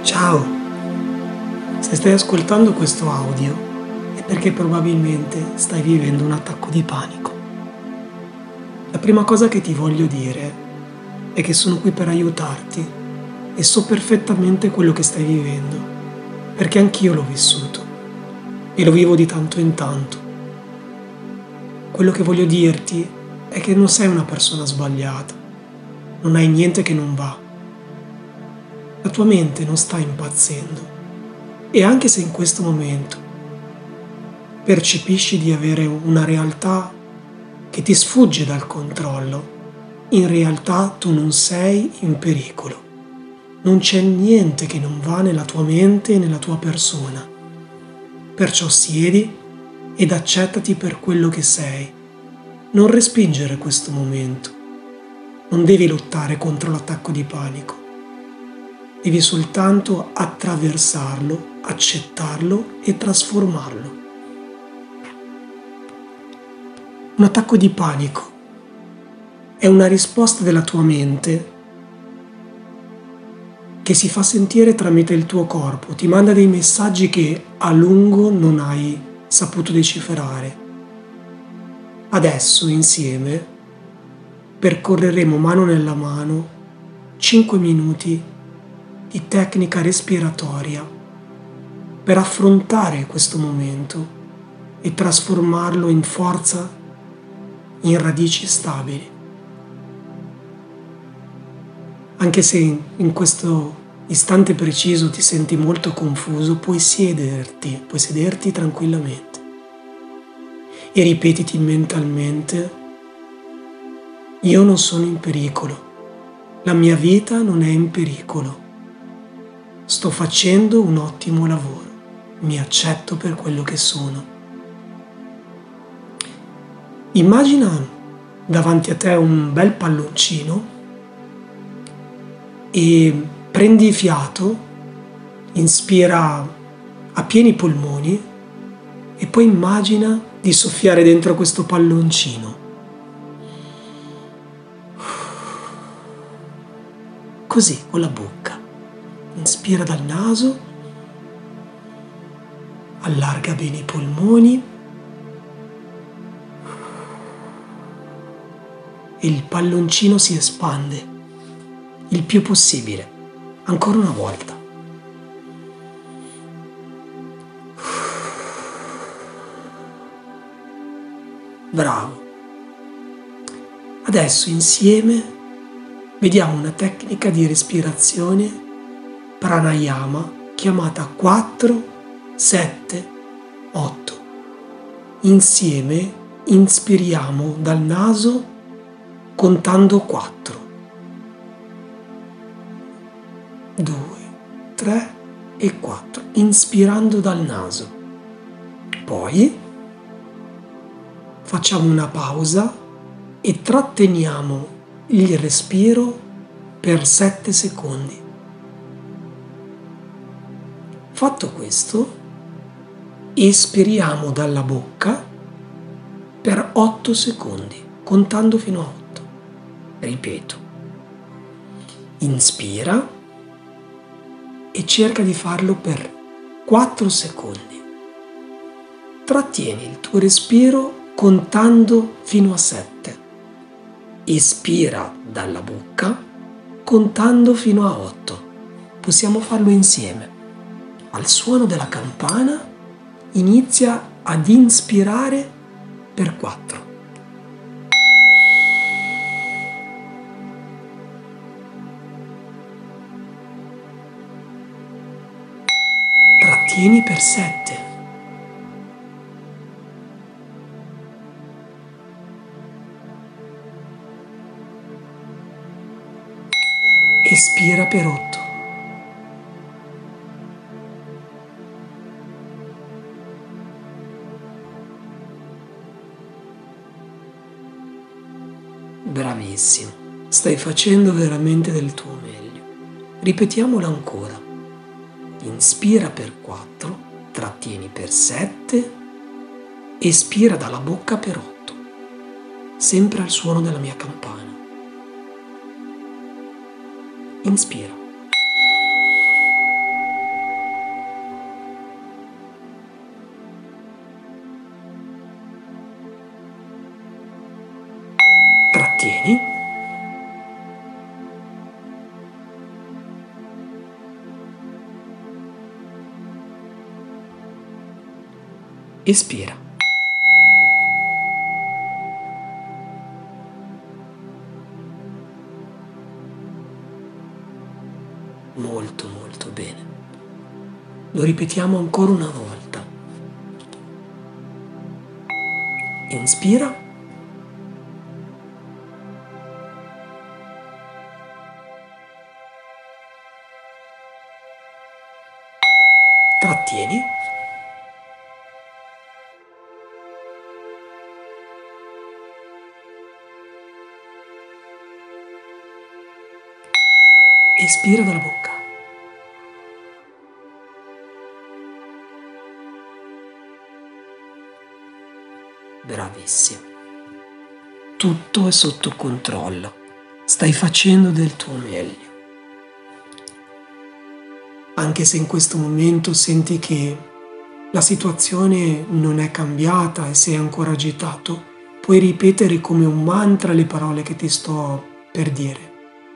Ciao! Se stai ascoltando questo audio è perché probabilmente stai vivendo un attacco di panico. La prima cosa che ti voglio dire è che sono qui per aiutarti e so perfettamente quello che stai vivendo, perché anch'io l'ho vissuto e lo vivo di tanto in tanto. Quello che voglio dirti è che non sei una persona sbagliata, non hai niente che non va. La tua mente non sta impazzendo e anche se in questo momento percepisci di avere una realtà che ti sfugge dal controllo, in realtà tu non sei in pericolo. Non c'è niente che non va nella tua mente e nella tua persona. Perciò siedi ed accettati per quello che sei. Non respingere questo momento. Non devi lottare contro l'attacco di panico. Devi soltanto attraversarlo, accettarlo e trasformarlo. Un attacco di panico è una risposta della tua mente che si fa sentire tramite il tuo corpo, ti manda dei messaggi che a lungo non hai saputo decifrare. Adesso insieme percorreremo mano nella mano 5 minuti di tecnica respiratoria per affrontare questo momento e trasformarlo in forza, in radici stabili. Anche se in questo istante preciso ti senti molto confuso, puoi sederti tranquillamente e ripetiti mentalmente: io non sono in pericolo, la mia vita non è in pericolo. Sto facendo un ottimo lavoro, mi accetto per quello che sono. Immagina davanti a te un bel palloncino e prendi fiato, inspira a pieni polmoni e poi immagina di soffiare dentro questo palloncino. Così, con la bocca. Inspira dal naso, allarga bene i polmoni e il palloncino si espande il più possibile. Ancora una volta. Bravo. Adesso insieme vediamo una tecnica di respirazione pranayama chiamata 4, 7, 8. Insieme inspiriamo dal naso contando 4. 2, 3 e 4, inspirando dal naso. Poi facciamo una pausa e tratteniamo il respiro per 7 secondi. Fatto questo, espiriamo dalla bocca per 8 secondi, contando fino a 8. Ripeto, inspira e cerca di farlo per 4 secondi. Trattieni il tuo respiro contando fino a 7. Espira dalla bocca contando fino a 8. Possiamo farlo insieme. Al suono della campana inizia ad inspirare per 4. Trattieni per 7. Espira per 8. Bravissimo, stai facendo veramente del tuo meglio. Ripetiamolo ancora. Inspira per 4, trattieni per 7, espira dalla bocca per 8, sempre al suono della mia campana. Inspira. Espira. Molto, molto bene. Lo ripetiamo ancora una volta. Inspira. Trattieni. Espira dalla bocca. Bravissimo. Tutto è sotto controllo. Stai facendo del tuo meglio. Anche se in questo momento senti che la situazione non è cambiata e sei ancora agitato, puoi ripetere come un mantra le parole che ti sto per dire.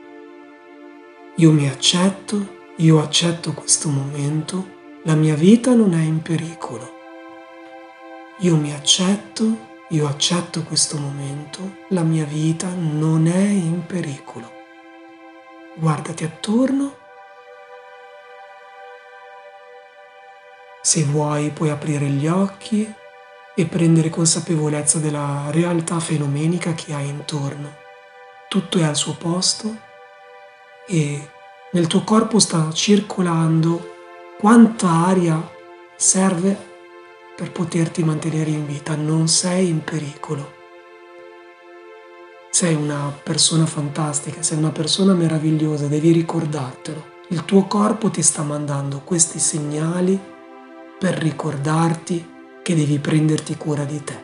Io mi accetto, io accetto questo momento, la mia vita non è in pericolo. Io mi accetto, io accetto questo momento, la mia vita non è in pericolo. Guardati attorno. Se vuoi puoi aprire gli occhi e prendere consapevolezza della realtà fenomenica che hai intorno. Tutto è al suo posto e nel tuo corpo sta circolando quanta aria serve per poterti mantenere in vita. Non sei in pericolo. Sei una persona fantastica, sei una persona meravigliosa, devi ricordartelo. Il tuo corpo ti sta mandando questi segnali per ricordarti che devi prenderti cura di te.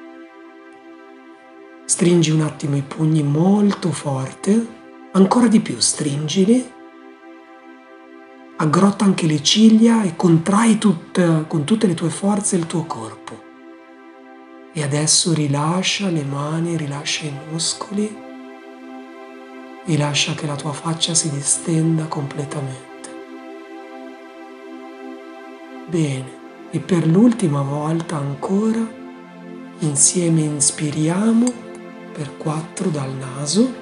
Stringi un attimo i pugni molto forte. Ancora di più, stringili, aggrotta anche le ciglia e contrai con tutte le tue forze il tuo corpo. E adesso rilascia le mani, rilascia i muscoli e lascia che la tua faccia si distenda completamente. Bene, e per l'ultima volta ancora, insieme inspiriamo per 4 dal naso.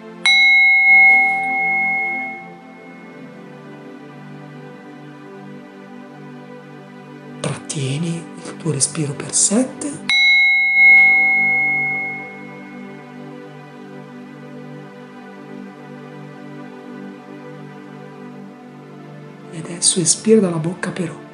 Trattieni il tuo respiro per 7. E adesso espira dalla bocca per 8.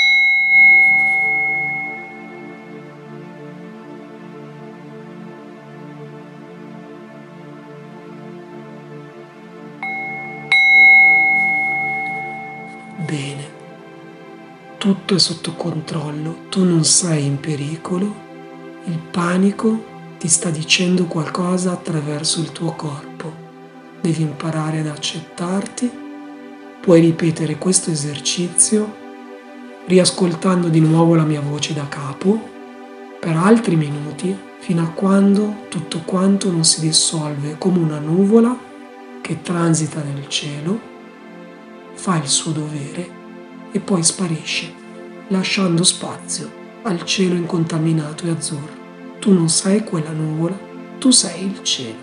Bene. Tutto è sotto controllo, tu non sei in pericolo, il panico ti sta dicendo qualcosa attraverso il tuo corpo. Devi imparare ad accettarti, puoi ripetere questo esercizio riascoltando di nuovo la mia voce da capo per altri minuti fino a quando tutto quanto non si dissolve come una nuvola che transita nel cielo, fa il suo dovere e poi sparisce, lasciando spazio al cielo incontaminato e azzurro. Tu non sei quella nuvola, tu sei il cielo.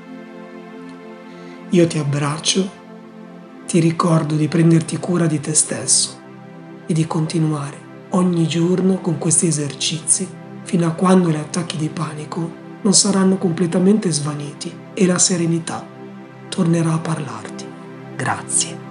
Io ti abbraccio, ti ricordo di prenderti cura di te stesso e di continuare ogni giorno con questi esercizi fino a quando gli attacchi di panico non saranno completamente svaniti e la serenità tornerà a parlarti. Grazie.